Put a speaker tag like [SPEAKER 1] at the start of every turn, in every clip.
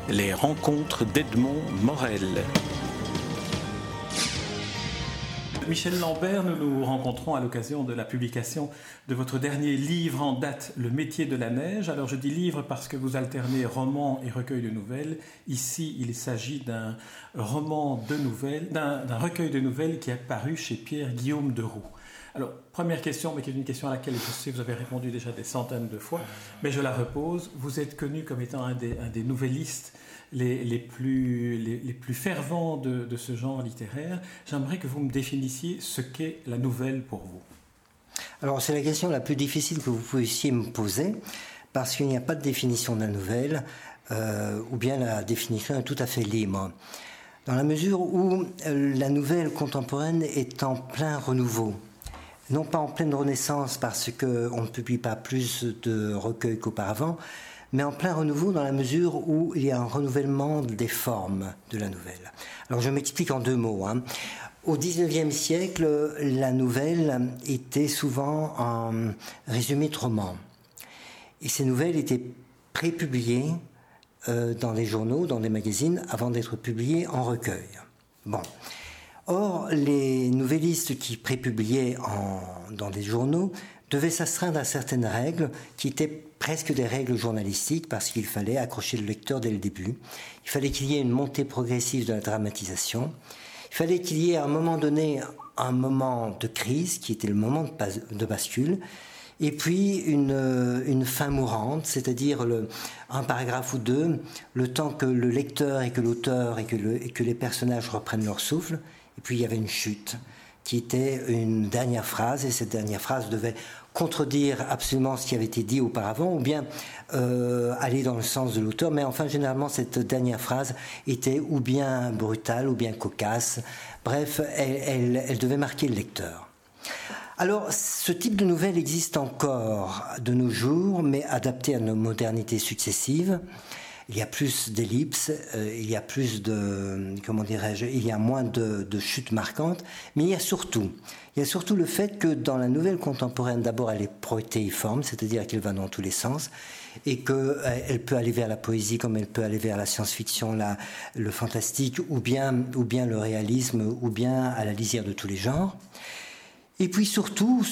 [SPEAKER 1] Les rencontres d'Edmond Morel. Michel Lambert, nous nous rencontrons à l'occasion de la publication de votre dernier livre en date, Le métier de la neige. Alors je dis livre parce que vous alternez roman et recueil de nouvelles. Ici, il s'agit d'un roman de nouvelles, d'un recueil de nouvelles qui est paru chez Pierre-Guillaume Deroux. Alors, première question, mais qui est une question à laquelle je sais que vous avez répondu déjà des centaines de fois, mais je la repose. Vous êtes connu comme étant un des nouvellistes les plus fervents de ce genre littéraire. J'aimerais que vous me définissiez ce qu'est la nouvelle pour vous.
[SPEAKER 2] Alors, c'est la question la plus difficile que vous puissiez me poser, parce qu'il n'y a pas de définition de la nouvelle, ou bien la définition est tout à fait libre. Dans la mesure où la nouvelle contemporaine est en plein renouveau. Non pas en pleine renaissance parce qu'on ne publie pas plus de recueils qu'auparavant, mais en plein renouveau dans la mesure où il y a un renouvellement des formes de la nouvelle. Alors je m'explique en deux mots. Au XIXe siècle, la nouvelle était souvent un résumé de romans. Et ces nouvelles étaient prépubliées dans les journaux, dans les magazines, avant d'être publiées en recueil. Bon. Or, les nouvellistes qui prépubliaient dans des journaux devaient s'astreindre à certaines règles qui étaient presque des règles journalistiques parce qu'il fallait accrocher le lecteur dès le début. Il fallait qu'il y ait une montée progressive de la dramatisation. Il fallait qu'il y ait à un moment donné un moment de crise qui était le moment de bascule. Et puis une fin mourante, c'est-à-dire un paragraphe ou deux, le temps que le lecteur et que l'auteur et que les personnages reprennent leur souffle. Et puis il y avait une chute qui était une dernière phrase, et cette dernière phrase devait contredire absolument ce qui avait été dit auparavant, ou bien aller dans le sens de l'auteur, mais enfin généralement cette dernière phrase était ou bien brutale, ou bien cocasse, bref, elle devait marquer le lecteur. Alors, ce type de nouvelle existe encore de nos jours, mais adapté à nos modernités successives. Il y a plus d'ellipses, il y a plus de, il y a moins de chutes marquantes, mais il y a surtout le fait que dans la nouvelle contemporaine, d'abord elle est protéiforme, c'est-à-dire qu'elle va dans tous les sens, et qu'elle peut aller vers la poésie comme elle peut aller vers la science-fiction, le fantastique, ou bien le réalisme, ou bien à la lisière de tous les genres. Et puis surtout,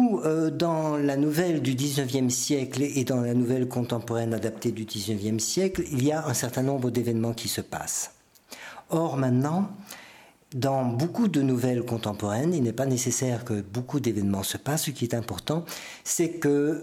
[SPEAKER 2] dans la nouvelle du XIXe siècle et dans la nouvelle contemporaine adaptée du XIXe siècle, il y a un certain nombre d'événements qui se passent. Or maintenant, dans beaucoup de nouvelles contemporaines, il n'est pas nécessaire que beaucoup d'événements se passent. Ce qui est important, c'est que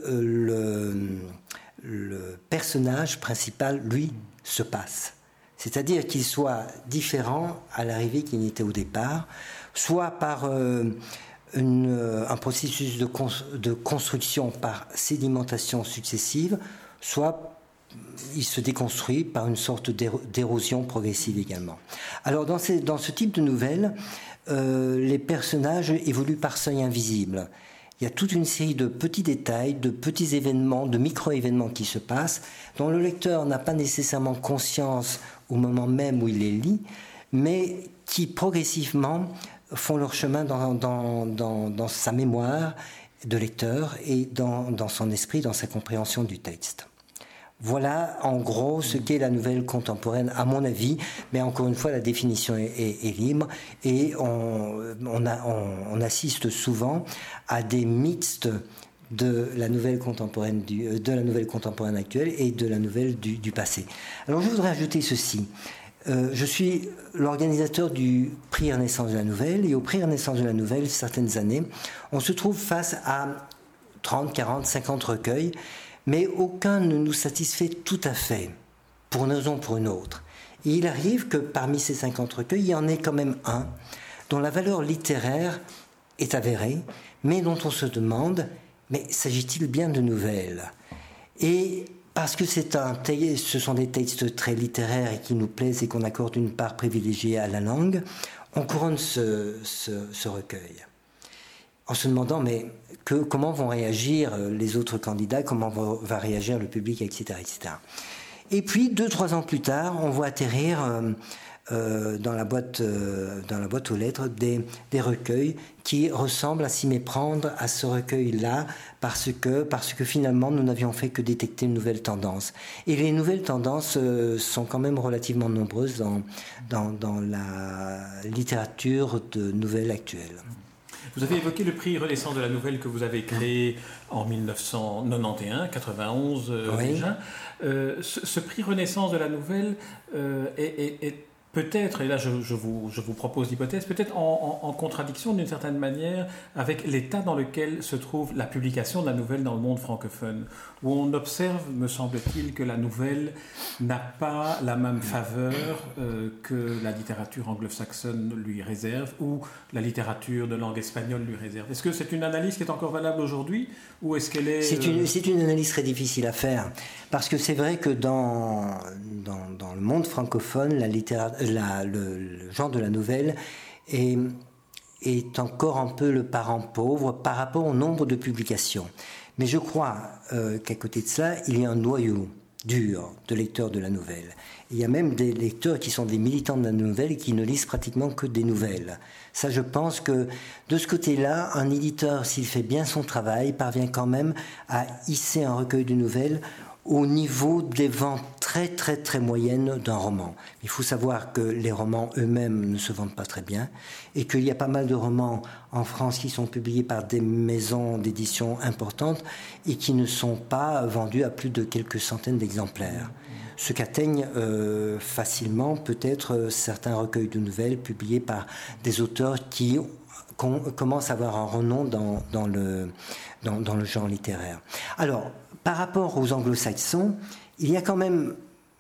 [SPEAKER 2] le personnage principal, lui, se passe. C'est-à-dire qu'il soit différent à l'arrivée qu'il n'était au départ, soit par un processus de construction par sédimentation successive, soit il se déconstruit par une sorte d'érosion progressive également. Alors dans ce type de nouvelles, les personnages évoluent par seuil invisible. Il y a toute une série de petits détails, de petits événements, de micro-événements qui se passent, dont le lecteur n'a pas nécessairement conscience au moment même où il les lit, mais qui progressivement font leur chemin dans sa mémoire de lecteur et dans son esprit, dans sa compréhension du texte. Voilà en gros ce qu'est la nouvelle contemporaine à mon avis, mais encore une fois la définition est libre et on assiste souvent à des mixtes de la nouvelle contemporaine actuelle et de la nouvelle du passé. Alors je voudrais ajouter ceci. Je suis l'organisateur du prix Renaissance de la Nouvelle, et au prix Renaissance de la Nouvelle, certaines années, on se trouve face à 30, 40, 50 recueils, mais aucun ne nous satisfait tout à fait, pour une raison ou pour une autre. Et il arrive que parmi ces 50 recueils, il y en ait quand même un dont la valeur littéraire est avérée, mais dont on se demande, mais s'agit-il bien de nouvelles ? Et parce que ce sont des textes très littéraires et qui nous plaisent et qu'on accorde une part privilégiée à la langue, on couronne ce recueil. En se demandant, mais comment vont réagir les autres candidats, comment va réagir le public, etc., etc. Et puis, 2-3 ans plus tard, on voit atterrir dans la boîte aux lettres des recueils qui ressemblent à s'y méprendre à ce recueil-là parce que finalement nous n'avions fait que détecter une nouvelle tendance. Et les nouvelles tendances sont quand même relativement nombreuses dans la littérature de nouvelles actuelles.
[SPEAKER 1] Vous avez évoqué le prix Renaissance de la Nouvelle que vous avez créé en 1991, 91
[SPEAKER 2] oui.
[SPEAKER 1] Déjà. Ce prix Renaissance de la Nouvelle est peut-être, et là je vous propose l'hypothèse, peut-être en contradiction d'une certaine manière avec l'état dans lequel se trouve la publication de la nouvelle dans le monde francophone, où on observe, me semble-t-il, que la nouvelle n'a pas la même faveur que la littérature anglo-saxonne lui réserve, ou la littérature de langue espagnole lui réserve. Est-ce que c'est une analyse qui est encore valable aujourd'hui, ou est-ce qu'elle est...
[SPEAKER 2] C'est une analyse très difficile à faire, parce que c'est vrai que dans le monde francophone, le genre de la nouvelle est encore un peu le parent pauvre par rapport au nombre de publications. Mais je crois qu'à côté de cela, il y a un noyau dur de lecteurs de la nouvelle. Il y a même des lecteurs qui sont des militants de la nouvelle et qui ne lisent pratiquement que des nouvelles. Ça, je pense que de ce côté-là, un éditeur, s'il fait bien son travail, parvient quand même à hisser un recueil de nouvelles au niveau des ventes très très très moyennes d'un roman. Il faut savoir que les romans eux-mêmes ne se vendent pas très bien et qu'il y a pas mal de romans en France qui sont publiés par des maisons d'édition importantes et qui ne sont pas vendus à plus de quelques centaines d'exemplaires. Ce qu'atteignent facilement peut-être certains recueils de nouvelles publiés par des auteurs qui commencent à avoir un renom dans le genre littéraire. Alors, par rapport aux anglo-saxons, il y a quand même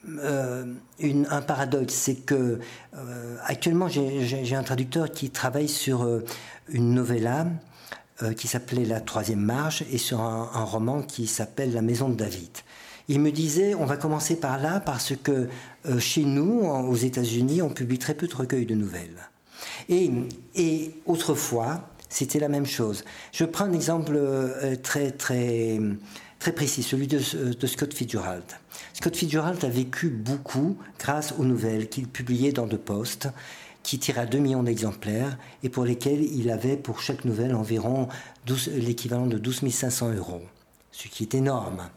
[SPEAKER 2] un paradoxe, c'est que actuellement j'ai un traducteur qui travaille sur une novella qui s'appelait La Troisième Marche et sur un roman qui s'appelle La Maison de David. Il me disait, on va commencer par là parce que chez nous, aux États-Unis, on publie très peu de recueils de nouvelles. Et autrefois, c'était la même chose. Je prends un exemple très précis, celui de Scott Fitzgerald. Scott Fitzgerald a vécu beaucoup grâce aux nouvelles qu'il publiait dans The Post, qui tiraient à 2 millions d'exemplaires et pour lesquels il avait pour chaque nouvelle environ l'équivalent de 12 500 €, ce qui est énorme.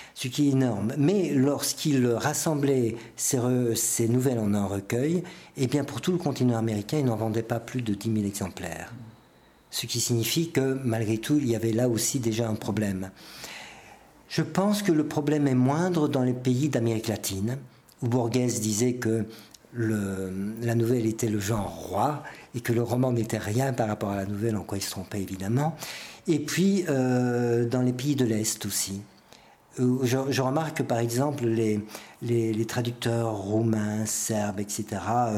[SPEAKER 2] Mais lorsqu'il rassemblait ces nouvelles en un recueil, eh bien pour tout le continent américain, il n'en vendait pas plus de 10 000 exemplaires. Ce qui signifie que malgré tout, il y avait là aussi déjà un problème. Je pense que le problème est moindre dans les pays d'Amérique latine, où Borges disait que la nouvelle était le genre roi et que le roman n'était rien par rapport à la nouvelle, en quoi il se trompait évidemment. Et puis dans les pays de l'Est aussi. Je remarque que par exemple les traducteurs roumains, serbes, etc.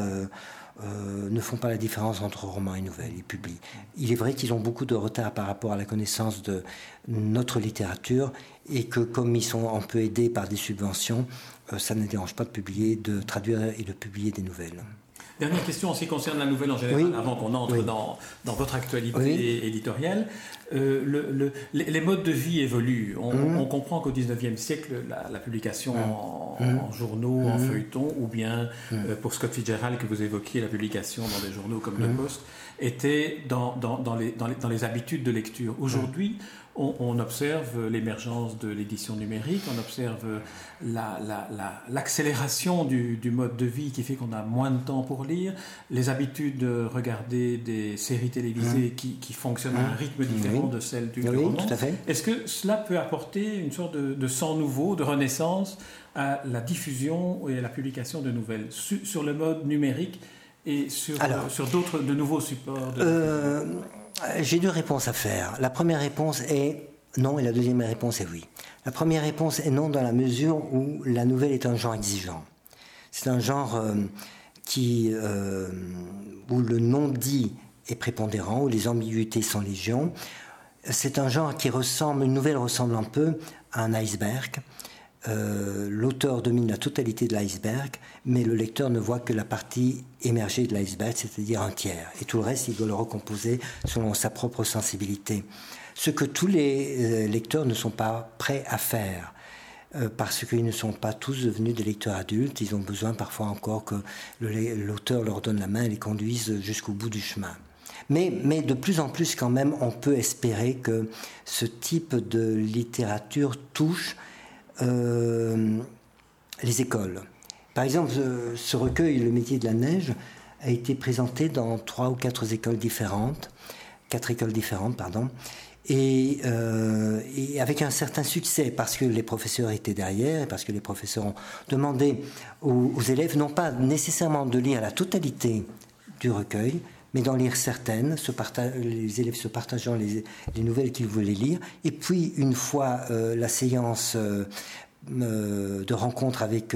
[SPEAKER 2] Ne font pas la différence entre roman et nouvelle, ils publient. Il est vrai qu'ils ont beaucoup de retard par rapport à la connaissance de notre littérature et que comme ils sont un peu aidés par des subventions, ça ne dérange pas de traduire et de publier des nouvelles.
[SPEAKER 1] Dernière question en ce qui concerne la nouvelle en général,
[SPEAKER 2] oui.
[SPEAKER 1] Avant qu'on entre dans votre actualité
[SPEAKER 2] oui.
[SPEAKER 1] éditoriale. Les modes de vie évoluent. On comprend qu'au XIXe siècle, la publication en journaux, en feuilletons, ou bien pour Scott Fitzgerald que vous évoquiez, la publication dans des journaux comme Le Poste, était dans les habitudes de lecture. Aujourd'hui, on observe l'émergence de l'édition numérique, on observe l'accélération du mode de vie qui fait qu'on a moins de temps pour lire, les habitudes de regarder des séries télévisées qui fonctionnent à un rythme différent de celle du roman.
[SPEAKER 2] Tout à fait.
[SPEAKER 1] Est-ce que cela peut apporter une sorte de sang nouveau, de renaissance à la diffusion et à la publication de nouvelles sur le mode numérique et sur d'autres, de nouveaux supports
[SPEAKER 2] J'ai 2 réponses à faire. La première réponse est non et la deuxième réponse est oui. La première réponse est non dans la mesure où la nouvelle est un genre exigeant. C'est un genre où le non-dit est prépondérant, où les ambiguïtés sont légion. C'est un genre une nouvelle ressemble un peu à un iceberg. L'auteur domine la totalité de l'iceberg, mais le lecteur ne voit que la partie émergée de l'iceberg, c'est-à-dire un tiers. Et tout le reste, il doit le recomposer selon sa propre sensibilité. Ce que tous les lecteurs ne sont pas prêts à faire. parce qu'ils ne sont pas tous devenus des lecteurs adultes. Ils ont besoin parfois encore que l'auteur leur donne la main et les conduise jusqu'au bout du chemin. Mais de plus en plus quand même, on peut espérer que ce type de littérature touche les écoles. Par exemple, ce recueil, Le métier de la neige, a été présenté dans 3 ou 4 écoles différentes, 4 écoles différentes, pardon, et avec un certain succès, parce que les professeurs étaient derrière, et parce que les professeurs ont demandé aux élèves, non pas nécessairement de lire la totalité du recueil, mais d'en lire certaines, les élèves se partageant les nouvelles qu'ils voulaient lire, et puis une fois la séance de rencontre avec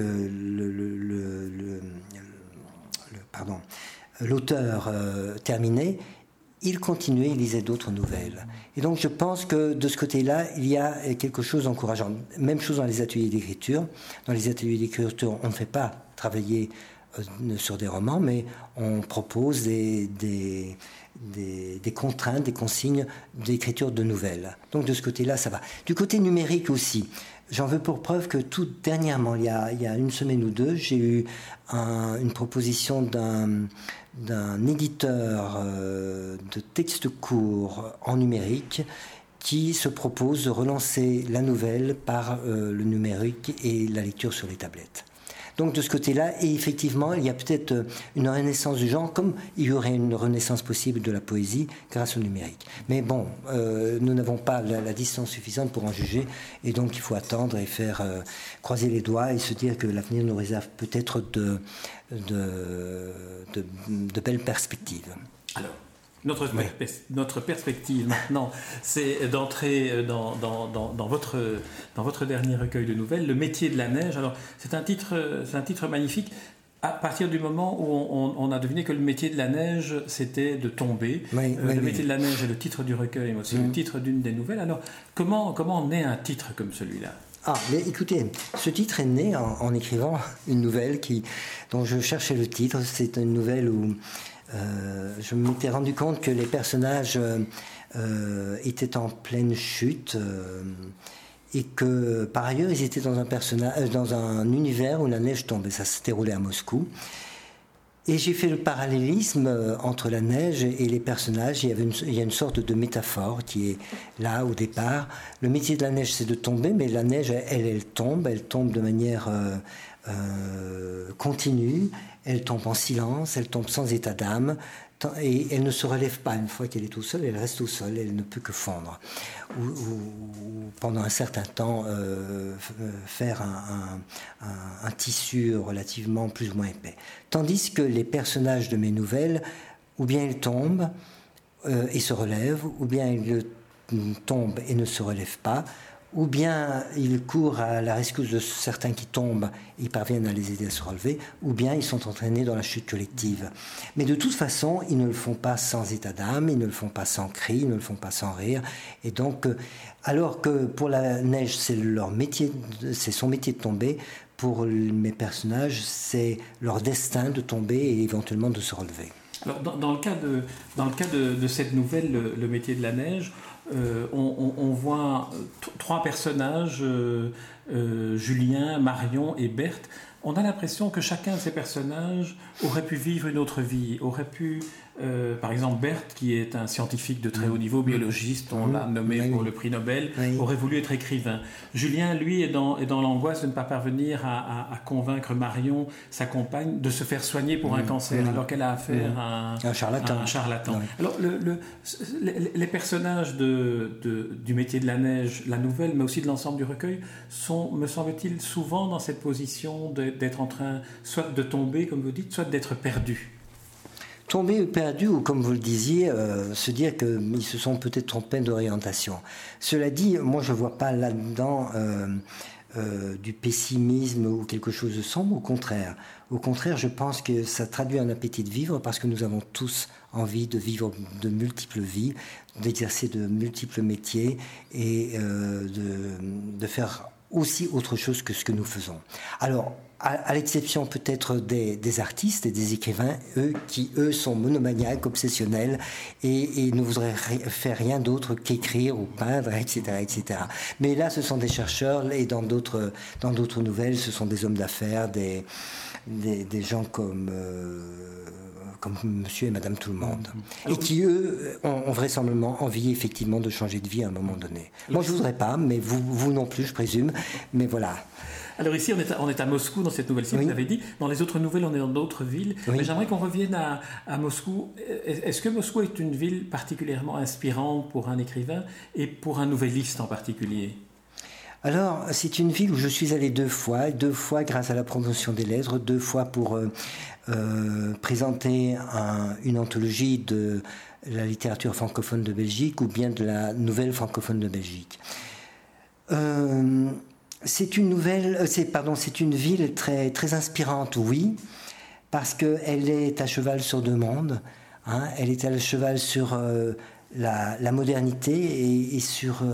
[SPEAKER 2] l'auteur terminé, il continuait, il lisait d'autres nouvelles. Et donc je pense que de ce côté-là, il y a quelque chose d'encourageant. Même chose dans les ateliers d'écriture. Dans les ateliers d'écriture, on ne fait pas travailler sur des romans, mais on propose des contraintes, des consignes d'écriture de nouvelles. Donc de ce côté-là, ça va. Du côté numérique aussi, j'en veux pour preuve que tout dernièrement, il y a une semaine ou deux, j'ai eu une proposition d'un éditeur de textes courts en numérique qui se propose de relancer la nouvelle par le numérique et la lecture sur les tablettes. Donc de ce côté-là, et effectivement, il y a peut-être une renaissance du genre, comme il y aurait une renaissance possible de la poésie grâce au numérique. Mais bon, nous n'avons pas la distance suffisante pour en juger, et donc il faut attendre et faire croiser les doigts et se dire que l'avenir nous réserve peut-être de belles perspectives.
[SPEAKER 1] Alors, notre perspective maintenant, c'est d'entrer dans votre dernier recueil de nouvelles, Le métier de la neige. Alors, c'est un titre magnifique. À partir du moment où on a deviné que le métier de la neige, c'était de tomber. Le métier de la neige est le titre du recueil, mais aussi le titre d'une des nouvelles. Alors, comment naît un titre comme celui-là ?
[SPEAKER 2] Mais écoutez, ce titre est né en écrivant une nouvelle dont je cherchais le titre. C'est une nouvelle où je m'étais rendu compte que les personnages étaient en pleine chute et que par ailleurs ils étaient dans un univers où la neige tombait. Ça s'est déroulé à Moscou. Et j'ai fait le parallélisme entre la neige et les personnages. Il y a une sorte de métaphore qui est là au départ. Le métier de la neige, c'est de tomber, mais la neige, elle tombe de manière continue. Elle tombe en silence, elle tombe sans état d'âme, et elle ne se relève pas. Une fois qu'elle est au sol, elle reste au sol, elle ne peut que fondre. Ou pendant un certain temps, faire un tissu relativement plus ou moins épais. Tandis que les personnages de mes nouvelles, ou bien ils tombent et se relèvent, ou bien ils tombent et ne se relèvent pas, ou bien ils courent à la rescousse de certains qui tombent, ils parviennent à les aider à se relever, ou bien ils sont entraînés dans la chute collective. Mais de toute façon, ils ne le font pas sans état d'âme, ils ne le font pas sans cri, ils ne le font pas sans rire. Et donc, alors que pour la neige, c'est son métier de tomber, pour mes personnages, c'est leur destin de tomber et éventuellement de se relever.
[SPEAKER 1] Alors, dans le cas de cette nouvelle, le métier de la neige, on voit 3 personnages, Julien, Marion et Berthe. On a l'impression que chacun de ces personnages aurait pu vivre une autre vie, aurait pu, par exemple Berthe, qui est un scientifique de très haut niveau, biologiste, on l'a nommé pour le prix Nobel, aurait voulu être écrivain. Julien, lui, est dans l'angoisse de ne pas parvenir à convaincre Marion, sa compagne, de se faire soigner pour un cancer, alors qu'elle a affaire à un charlatan. Alors, les personnages du métier de la neige, la nouvelle, mais aussi de l'ensemble du recueil, sont, me semble-t-il, souvent dans cette position d'être en train soit de tomber, comme vous dites, soit d'être perdu.
[SPEAKER 2] Tomber ou perdu, ou comme vous le disiez, se dire qu'ils se sont peut-être trompés d'orientation. Cela dit, moi je ne vois pas là-dedans du pessimisme ou quelque chose de sombre, au contraire. Au contraire, je pense que ça traduit un appétit de vivre, parce que nous avons tous envie de vivre de multiples vies, d'exercer de multiples métiers et de faire aussi autre chose que ce que nous faisons. Alors, à l'exception peut-être des artistes et des écrivains, qui sont monomaniaques, obsessionnels, et ne voudraient faire rien d'autre qu'écrire ou peindre, etc., etc. Mais là, ce sont des chercheurs, et dans d'autres nouvelles, ce sont des hommes d'affaires, des gens comme monsieur et madame tout le monde. Et qui, eux, ont vraisemblablement envie, effectivement, de changer de vie à un moment donné. Moi, je ne voudrais pas, mais vous non plus, je présume. Mais voilà.
[SPEAKER 1] Alors ici, on est à Moscou dans cette nouvelle-ci, vous l'avez dit. Dans les autres nouvelles, on est dans d'autres villes. Oui. Mais j'aimerais qu'on revienne à Moscou. Est-ce que Moscou est une ville particulièrement inspirante pour un écrivain et pour un nouvelliste en particulier ?
[SPEAKER 2] Alors, c'est une ville où je suis allé deux fois grâce à la promotion des lettres, 2 fois pour présenter une anthologie de la littérature francophone de Belgique ou bien de la nouvelle francophone de Belgique. C'est une ville très, très inspirante, oui, parce qu'elle est à cheval sur 2 mondes. Hein, elle est à cheval sur la modernité et sur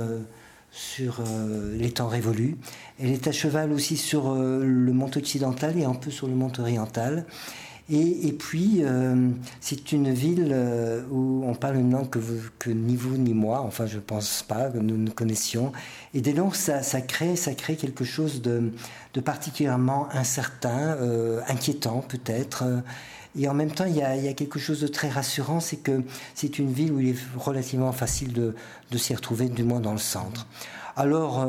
[SPEAKER 2] les temps révolus. Elle est à cheval aussi sur le monde occidental et un peu sur le monde oriental. Et puis, c'est une ville où on parle une langue que ni vous ni moi, enfin je ne pense pas, que nous ne connaissions. Et dès lors, ça crée quelque chose de particulièrement incertain, inquiétant peut-être. Et en même temps, il y a quelque chose de très rassurant, c'est que c'est une ville où il est relativement facile de s'y retrouver, du moins dans le centre. Alors,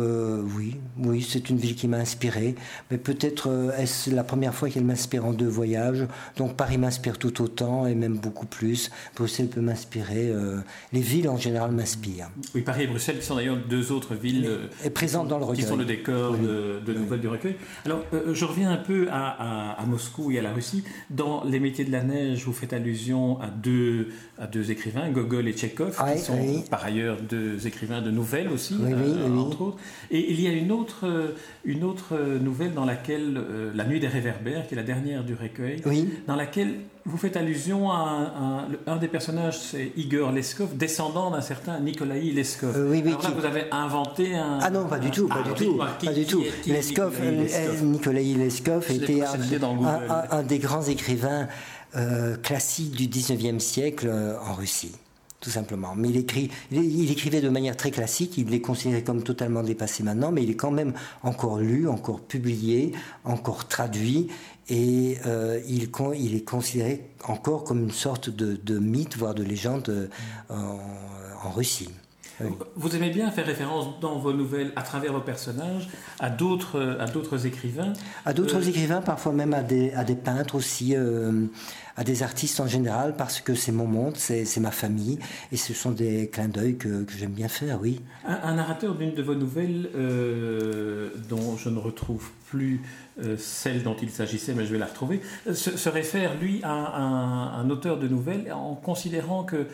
[SPEAKER 2] oui, c'est une ville qui m'a inspiré, mais peut-être est-ce la première fois qu'elle m'inspire en 2 voyages. Donc Paris m'inspire tout autant, et même beaucoup plus. Bruxelles peut m'inspirer. Les villes, en général, m'inspirent.
[SPEAKER 1] Oui, Paris et Bruxelles, qui sont d'ailleurs 2 autres villes
[SPEAKER 2] présentes dans le recueil.
[SPEAKER 1] Qui sont le décor de nouvelles du recueil. Alors, je reviens un peu à Moscou et à la Russie. Dans Les métiers de la neige, vous faites allusion à deux écrivains, Gogol et Tchekhov, qui sont par ailleurs 2 écrivains de nouvelles aussi. Entre autres. Et il y a une autre nouvelle dans laquelle, La Nuit des réverbères, qui est la dernière du recueil, dans laquelle vous faites allusion à un des personnages, c'est Igor Leskov, descendant d'un certain Nikolaï Leskov. Alors là, vous avez inventé un...
[SPEAKER 2] Ah non, pas du tout. Leskov, Nikolaï Leskov était un des grands écrivains classiques du 19e siècle en Russie. Tout simplement. Mais il écrivait de manière très classique, il est considéré comme totalement dépassé maintenant, mais il est quand même encore lu, encore publié, encore traduit, et il est considéré encore comme une sorte de mythe, voire de légende en Russie. Oui.
[SPEAKER 1] Vous aimez bien faire référence dans vos nouvelles, à travers vos personnages, à d'autres écrivains.
[SPEAKER 2] À d'autres écrivains, parfois même à des peintres aussi, à des artistes en général, parce que c'est mon monde, c'est ma famille, et ce sont des clins d'œil que j'aime bien faire, oui.
[SPEAKER 1] Un narrateur d'une de vos nouvelles, dont je ne retrouve plus celle dont il s'agissait, mais je vais la retrouver, se réfère, lui, à un auteur de nouvelles, en considérant que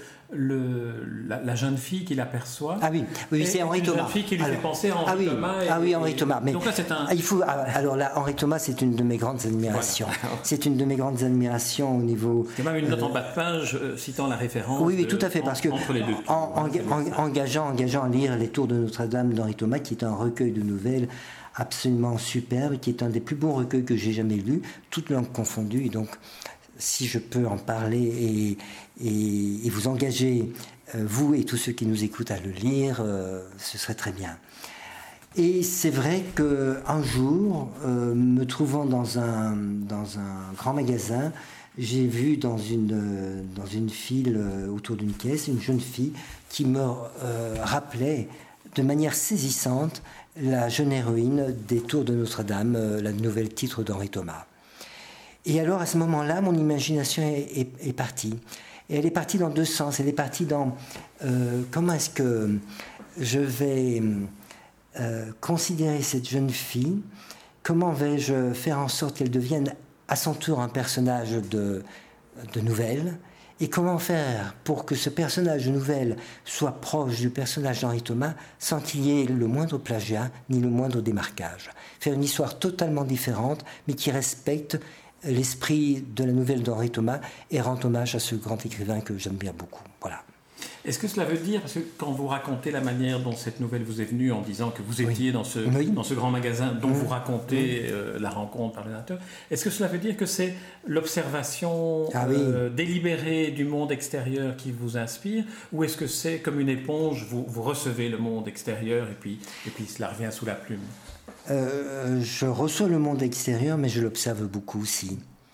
[SPEAKER 1] la jeune fille qu'il aperçoit
[SPEAKER 2] c'est Henri Thomas.
[SPEAKER 1] Une jeune fille qui lui fait penser à Henri Thomas.
[SPEAKER 2] Henri Thomas. Mais
[SPEAKER 1] donc là, c'est un...
[SPEAKER 2] alors là, Henri Thomas, c'est une de mes grandes admirations. Voilà. C'est une de mes grandes admirations au niveau...
[SPEAKER 1] Il y a même une note en bas de page citant la référence.
[SPEAKER 2] Oui, tout à fait, parce que
[SPEAKER 1] entre les deux.
[SPEAKER 2] Engageant à lire Les Tours de Notre-Dame d'Henri Thomas, qui est un recueil de nouvelles absolument superbe, qui est un des plus beaux recueils que j'ai jamais lus, toutes langues confondues. Et donc, si je peux en parler et vous engager, vous et tous ceux qui nous écoutent, à le lire, ce serait très bien. Et c'est vrai qu'un jour, me trouvant dans un grand magasin, j'ai vu dans une file autour d'une caisse une jeune fille qui me rappelait de manière saisissante la jeune héroïne des Tours de Notre-Dame, la nouvelle titre d'Henri Thomas. Et alors à ce moment-là, mon imagination est partie. Et elle est partie dans 2 sens. Elle est partie dans comment est-ce que je vais considérer cette jeune fille, comment vais-je faire en sorte qu'elle devienne à son tour un personnage de nouvelle, et comment faire pour que ce personnage de nouvelle soit proche du personnage d'Henri Thomas sans qu'il y ait le moindre plagiat ni le moindre démarquage. Faire une histoire totalement différente, mais qui respecte l'esprit de la nouvelle d'Henri Thomas et rend hommage à ce grand écrivain que j'aime bien beaucoup. Voilà.
[SPEAKER 1] Est-ce que cela veut dire, parce que quand vous racontez la manière dont cette nouvelle vous est venue en disant que vous étiez dans ce grand magasin dont vous racontez la rencontre par le narrateur, est-ce que cela veut dire que c'est l'observation délibérée du monde extérieur qui vous inspire, ou est-ce que c'est comme une éponge, vous recevez le monde extérieur et puis cela revient sous la plume?
[SPEAKER 2] Je reçois le monde extérieur, mais je l'observe beaucoup aussi.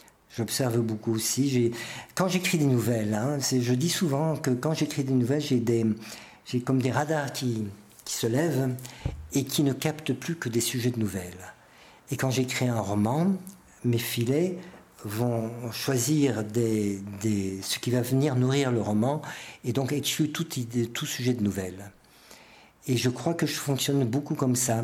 [SPEAKER 2] Quand j'écris des nouvelles, je dis souvent que quand j'écris des nouvelles, j'ai comme des radars qui se lèvent et qui ne captent plus que des sujets de nouvelles. Et quand j'écris un roman, mes filets vont choisir ce qui va venir nourrir le roman et donc exclure tout sujet de nouvelles. Et je crois que je fonctionne beaucoup comme ça.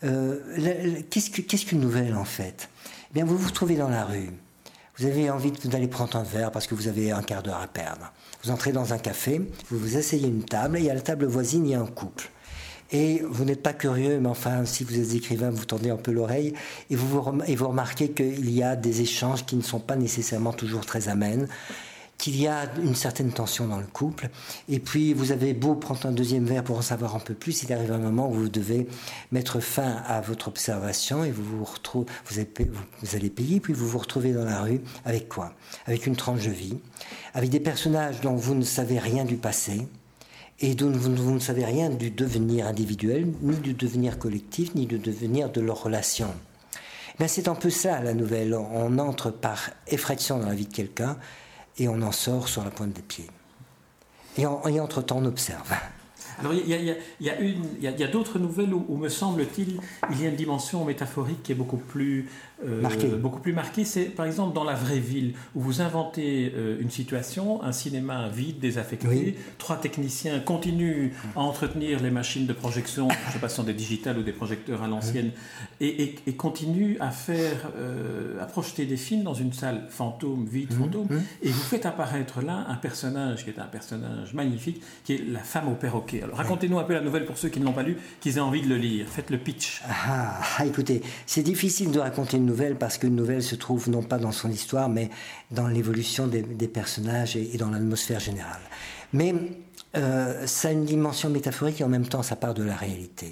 [SPEAKER 2] Qu'est-ce qu'une nouvelle en fait? Eh bien, vous vous trouvez dans la rue. Vous avez envie d'aller prendre un verre parce que vous avez un quart d'heure à perdre. Vous entrez dans un café, vous vous asseyez à une table et à la table voisine, il y a un couple. Et vous n'êtes pas curieux, mais enfin, si vous êtes écrivain, vous tendez un peu l'oreille et vous remarquez qu'il y a des échanges qui ne sont pas nécessairement toujours très amènes, qu'il y a une certaine tension dans le couple, et puis vous avez beau prendre un deuxième verre pour en savoir un peu plus, il arrive un moment où vous devez mettre fin à votre observation et vous allez payer, puis vous vous retrouvez dans la rue avec quoi? Avec une tranche de vie, avec des personnages dont vous ne savez rien du passé, et dont vous ne savez rien du devenir individuel, ni du devenir collectif, ni du devenir de leurs relations. Ben, c'est un peu ça la nouvelle, on entre par effraction dans la vie de quelqu'un, et on en sort sur la pointe des pieds. Et entre-temps, on observe.
[SPEAKER 1] Alors, il y a d'autres nouvelles où, me semble-t-il, il y a une dimension métaphorique qui est beaucoup plus marquée. C'est, par exemple, dans La vraie ville, où vous inventez une situation, un cinéma vide, désaffecté, 3 techniciens continuent à entretenir les machines de projection, je ne sais pas si ce sont des digitales ou des projecteurs à l'ancienne, et continuent à projeter des films dans une salle fantôme, et vous faites apparaître là un personnage qui est un personnage magnifique, qui est la femme au perroquet. Alors, racontez-nous un peu la nouvelle pour ceux qui ne l'ont pas lu, qu'ils aient envie de le lire. Faites le pitch.
[SPEAKER 2] Écoutez, c'est difficile de raconter une nouvelle parce qu'une nouvelle se trouve non pas dans son histoire, mais dans l'évolution des personnages et dans l'atmosphère générale. Mais ça a une dimension métaphorique et en même temps ça part de la réalité.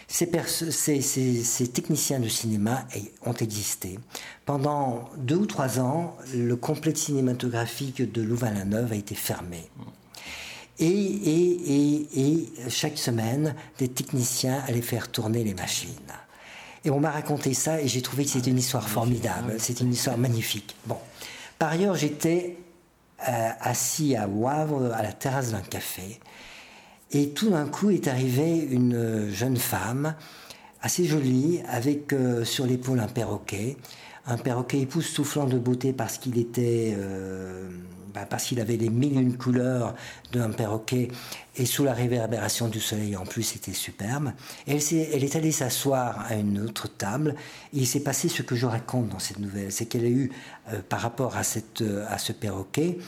[SPEAKER 2] Ces techniciens de cinéma ont existé. Pendant 2 ou 3 ans, le complexe cinématographique de Louvain-la-Neuve a été fermé. Et chaque semaine, des techniciens allaient faire tourner les machines. Et on m'a raconté ça et j'ai trouvé que c'était une histoire formidable, c'était une histoire magnifique. Bon. Par ailleurs, j'étais assis à Wavre, à la terrasse d'un café, et tout d'un coup est arrivée une jeune femme, assez jolie, avec sur l'épaule un perroquet époustouflant de beauté parce qu'il était... parce qu'il avait les 1001 couleurs d'un perroquet et sous la réverbération du soleil en plus c'était superbe. Elle est allée s'asseoir à une autre table et il s'est passé ce que je raconte dans cette nouvelle, c'est qu'elle a eu par rapport à ce perroquet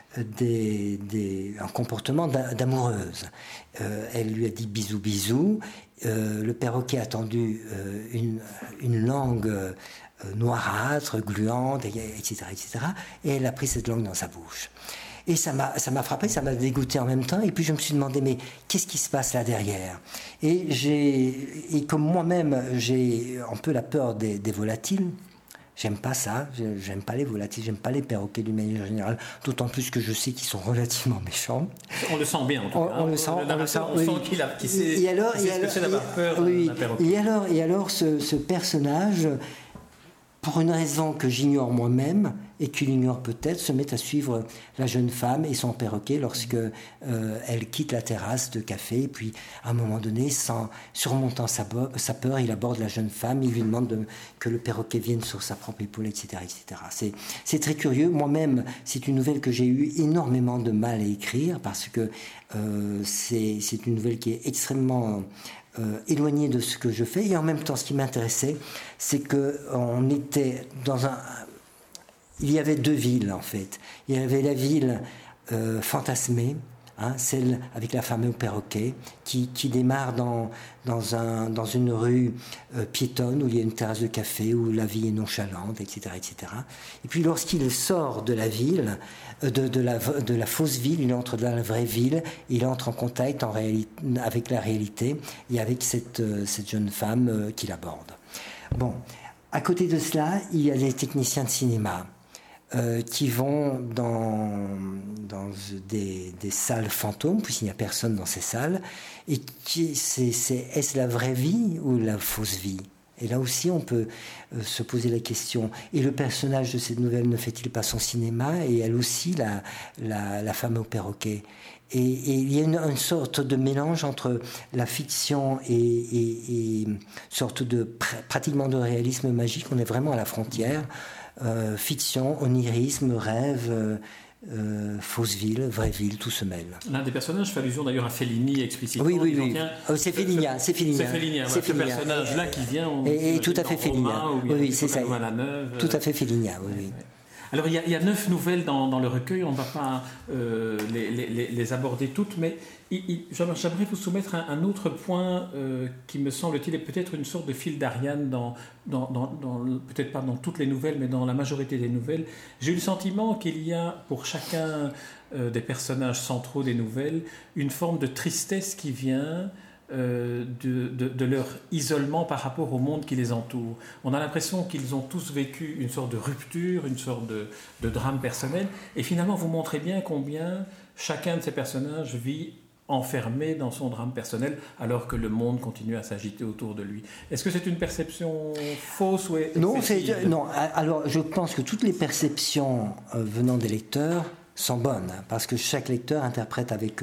[SPEAKER 2] un comportement d'amoureuse. Elle lui a dit bisous bisous, le perroquet a tendu une langue noirâtre, gluante, etc., et elle a pris cette langue dans sa bouche. Et ça m'a frappé, ça m'a dégoûté en même temps, et puis je me suis demandé, mais qu'est-ce qui se passe là derrière? Et comme moi-même, j'ai un peu la peur des volatiles, j'aime pas ça, j'aime pas les volatiles, j'aime pas les perroquets d'une manière générale, d'autant plus que je sais qu'ils sont relativement méchants.
[SPEAKER 1] On le sent bien en tout cas. On sent qu'il sait ce que c'est d'avoir peur d'un perroquet.
[SPEAKER 2] Et alors ce personnage... pour une raison que j'ignore moi-même et qu'il ignore peut-être, se met à suivre la jeune femme et son perroquet lorsque elle quitte la terrasse de café. Et puis, à un moment donné, surmontant sa peur, il aborde la jeune femme, il lui demande que le perroquet vienne sur sa propre épaule, etc., etc. C'est très curieux. Moi-même, c'est une nouvelle que j'ai eu énormément de mal à écrire parce que c'est une nouvelle qui est extrêmement... éloigné de ce que je fais, et en même temps ce qui m'intéressait c'est qu'on était il y avait 2 villes en fait. Il y avait la ville fantasmée celle avec la femme au perroquet, qui démarre dans une rue piétonne où il y a une terrasse de café, où la vie est nonchalante, etc., etc. Et puis lorsqu'il sort de la ville, de la fausse ville, il entre dans la vraie ville, il entre en contact avec la réalité et avec cette jeune femme qu'il aborde. Bon, à côté de cela, il y a les techniciens de cinéma qui vont dans des salles fantômes, puisqu'il n'y a personne dans ces salles, et est-ce la vraie vie ou la fausse vie? Et là aussi, on peut se poser la question. Et le personnage de cette nouvelle ne fait-il pas son cinéma? Et elle aussi, la femme au perroquet. Et il y a une sorte de mélange entre la fiction et une sorte pratiquement de réalisme magique. On est vraiment à la frontière. Fiction, onirisme, rêve, fausse ville, vraie ville, tout se mêle.
[SPEAKER 1] L'un des personnages fait allusion d'ailleurs à Fellini explicitement.
[SPEAKER 2] Oui. C'est Fellinia.
[SPEAKER 1] C'est Fellinia. Ce personnage-là qui vient.
[SPEAKER 2] Et tout à fait Fellinia. Oui, c'est ça. Tout à fait Fellinia, oui.
[SPEAKER 1] Alors il y a 9 nouvelles dans le recueil, on ne va pas les aborder toutes, mais j'aimerais vous soumettre un autre point qui me semble-t-il est peut-être une sorte de fil d'Ariane peut-être pas dans toutes les nouvelles, mais dans la majorité des nouvelles. J'ai eu le sentiment qu'il y a pour chacun des personnages centraux des nouvelles une forme de tristesse qui vient de leur isolement par rapport au monde qui les entoure. On a l'impression qu'ils ont tous vécu une sorte de rupture, une sorte de drame personnel, et finalement vous montrez bien combien chacun de ces personnages vit enfermé dans son drame personnel alors que le monde continue à s'agiter autour de lui. Est-ce que c'est une perception fausse ou excessive?
[SPEAKER 2] Non, alors je pense que toutes les perceptions venant des lecteurs sont bonnes, parce que chaque lecteur interprète avec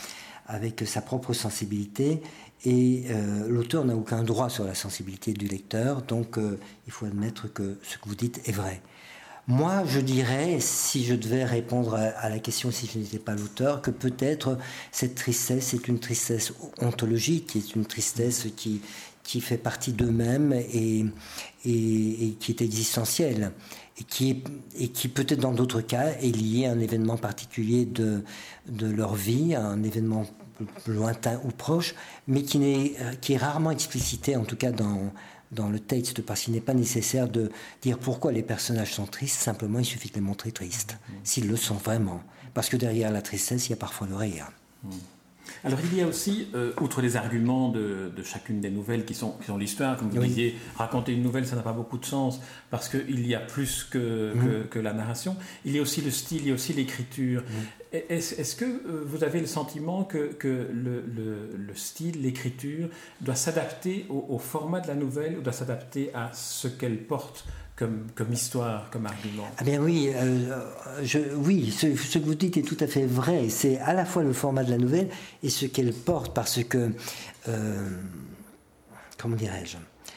[SPEAKER 2] sa propre sensibilité, et l'auteur n'a aucun droit sur la sensibilité du lecteur, donc il faut admettre que ce que vous dites est vrai. Moi, je dirais, si je devais répondre à la question si je n'étais pas l'auteur, que peut-être cette tristesse est une tristesse ontologique, qui est une tristesse qui fait partie d'eux-mêmes et qui est existentielle, et qui peut-être dans d'autres cas est liée à un événement particulier de leur vie, à un événement lointain ou proche, mais qui est rarement explicité, en tout cas dans le texte, parce qu'il n'est pas nécessaire de dire pourquoi les personnages sont tristes, simplement il suffit de les montrer tristes, s'ils le sont vraiment. Parce que derrière la tristesse, il y a parfois le rire.
[SPEAKER 1] Alors il y a aussi, outre les arguments de chacune des nouvelles qui sont l'histoire, comme vous disiez, raconter une nouvelle ça n'a pas beaucoup de sens parce qu'il y a plus que la narration, il y a aussi le style, il y a aussi l'écriture. Est-ce que vous avez le sentiment que le style, l'écriture doit s'adapter au format de la nouvelle ou doit s'adapter à ce qu'elle porte comme histoire, comme argument?
[SPEAKER 2] Ah bien oui, ce que vous dites est tout à fait vrai. C'est à la fois le format de la nouvelle et ce qu'elle porte, parce que, comment dirais-je,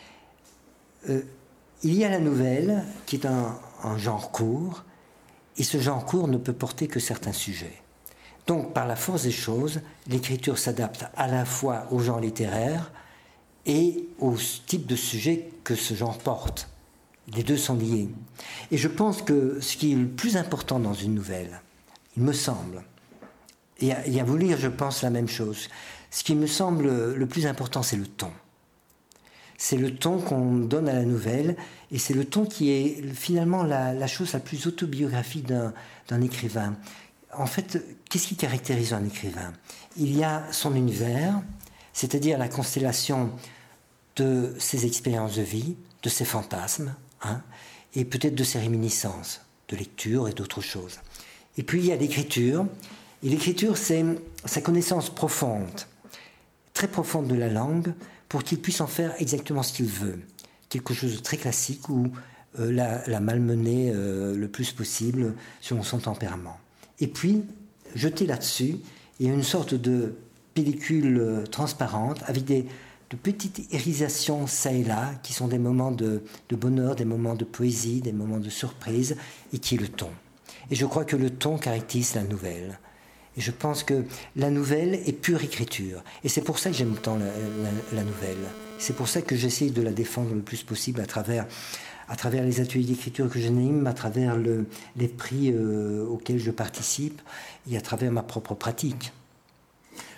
[SPEAKER 2] il y a la nouvelle qui est un genre court, et ce genre court ne peut porter que certains sujets. Donc, par la force des choses, l'écriture s'adapte à la fois au genre littéraire et au type de sujet que ce genre porte. Les deux sont liés. Et je pense que ce qui est le plus important dans une nouvelle, il me semble, et à vous lire, je pense la même chose, ce qui me semble le plus important, c'est le ton. C'est le ton qu'on donne à la nouvelle, et c'est le ton qui est finalement la chose la plus autobiographique d'un écrivain. En fait, qu'est-ce qui caractérise un écrivain? Il y a son univers, c'est-à-dire la constellation de ses expériences de vie, de ses fantasmes, et peut-être de ses réminiscences, de lecture et d'autres choses. Et puis il y a l'écriture, et l'écriture c'est sa connaissance profonde, très profonde de la langue, pour qu'il puisse en faire exactement ce qu'il veut. Quelque chose de très classique ou la malmener le plus possible selon son tempérament. Et puis, jeter là-dessus, il y a une sorte de pellicule transparente avec de petites irisations ça et là, qui sont des moments de bonheur, des moments de poésie, des moments de surprise, et qui est le ton. Et je crois que le ton caractérise la nouvelle. Et je pense que la nouvelle est pure écriture. Et c'est pour ça que j'aime tant la nouvelle. C'est pour ça que j'essaye de la défendre le plus possible à travers les ateliers d'écriture que j'anime, à travers les prix auxquels je participe et à travers ma propre pratique.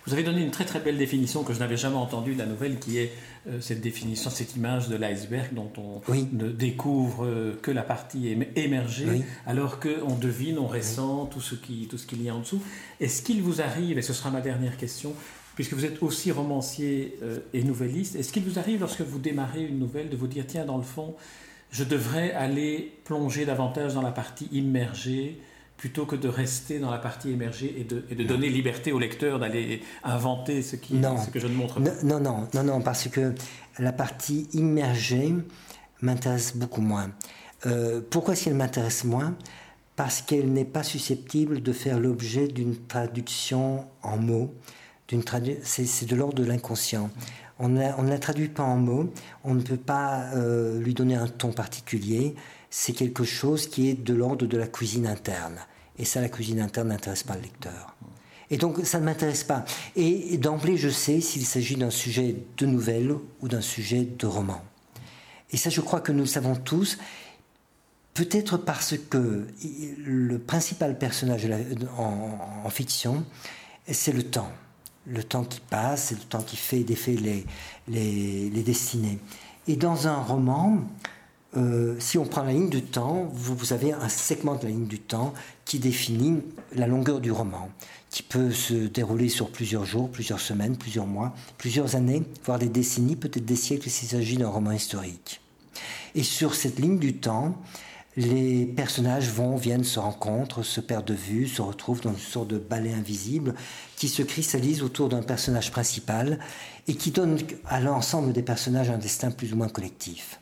[SPEAKER 1] Vous avez donné une très très belle définition que je n'avais jamais entendue de la nouvelle, qui est cette définition, cette image de l'iceberg dont on ne découvre que la partie émergée, alors qu'on devine, on ressent tout ce qu'il y a en dessous. Est-ce qu'il vous arrive, et ce sera ma dernière question, puisque vous êtes aussi romancier et nouvelliste, est-ce qu'il vous arrive lorsque vous démarrez une nouvelle de vous dire, tiens, dans le fond, je devrais aller plonger davantage dans la partie immergée plutôt que de rester dans la partie émergée et de donner liberté au lecteur d'aller inventer ce que je ne montre pas.
[SPEAKER 2] Non, parce que la partie immergée m'intéresse beaucoup moins. Pourquoi est-ce qu'elle m'intéresse moins ? Parce qu'elle n'est pas susceptible de faire l'objet d'une traduction en mots. C'est de l'ordre de l'inconscient. On ne la traduit pas en mots, on ne peut pas lui donner un ton particulier. C'est quelque chose qui est de l'ordre de la cuisine interne. Et ça, la cuisine interne n'intéresse pas le lecteur. Et donc, ça ne m'intéresse pas. Et d'emblée, je sais s'il s'agit d'un sujet de nouvelle ou d'un sujet de roman. Et ça, je crois que nous le savons tous. Peut-être parce que le principal personnage en fiction, c'est le temps. Le temps qui passe, c'est le temps qui fait et défait les destinées. Et dans un roman, si on prend la ligne du temps, vous avez un segment de la ligne du temps qui définit la longueur du roman, qui peut se dérouler sur plusieurs jours, plusieurs semaines, plusieurs mois, plusieurs années, voire des décennies, peut-être des siècles s'il s'agit d'un roman historique. Et sur cette ligne du temps, les personnages viennent, se rencontrent, se perdent de vue, se retrouvent dans une sorte de balai invisible qui se cristallise autour d'un personnage principal et qui donne à l'ensemble des personnages un destin plus ou moins collectif.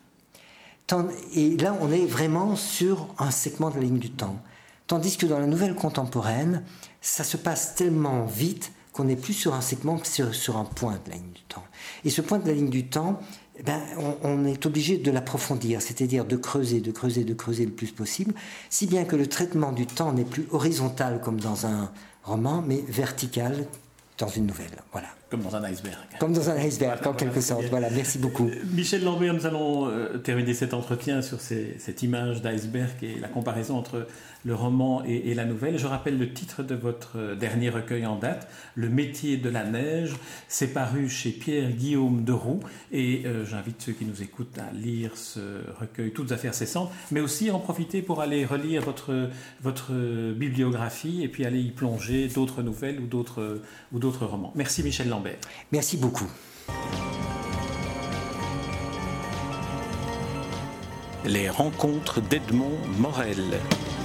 [SPEAKER 2] Et là, on est vraiment sur un segment de la ligne du temps. Tandis que dans la nouvelle contemporaine, ça se passe tellement vite qu'on n'est plus sur un segment, sur un point de la ligne du temps. Et ce point de la ligne du temps, on est obligé de l'approfondir, c'est-à-dire de creuser le plus possible, si bien que le traitement du temps n'est plus horizontal comme dans un roman, mais vertical dans une nouvelle. Voilà.
[SPEAKER 1] Comme dans un iceberg.
[SPEAKER 2] Comme dans un iceberg, en quelque sorte. Voilà, merci beaucoup.
[SPEAKER 1] Michel Lambert, nous allons terminer cet entretien sur cette image d'iceberg et la comparaison entre le roman et la nouvelle. Je rappelle le titre de votre dernier recueil en date, Le métier de la neige. C'est paru chez Pierre-Guillaume Deroux. Et j'invite ceux qui nous écoutent à lire ce recueil, Toutes affaires cessantes, mais aussi en profiter pour aller relire votre bibliographie et puis aller y plonger d'autres nouvelles ou d'autres romans. Merci Michel Lambert.
[SPEAKER 2] Merci beaucoup.
[SPEAKER 3] Les rencontres d'Edmond Morel.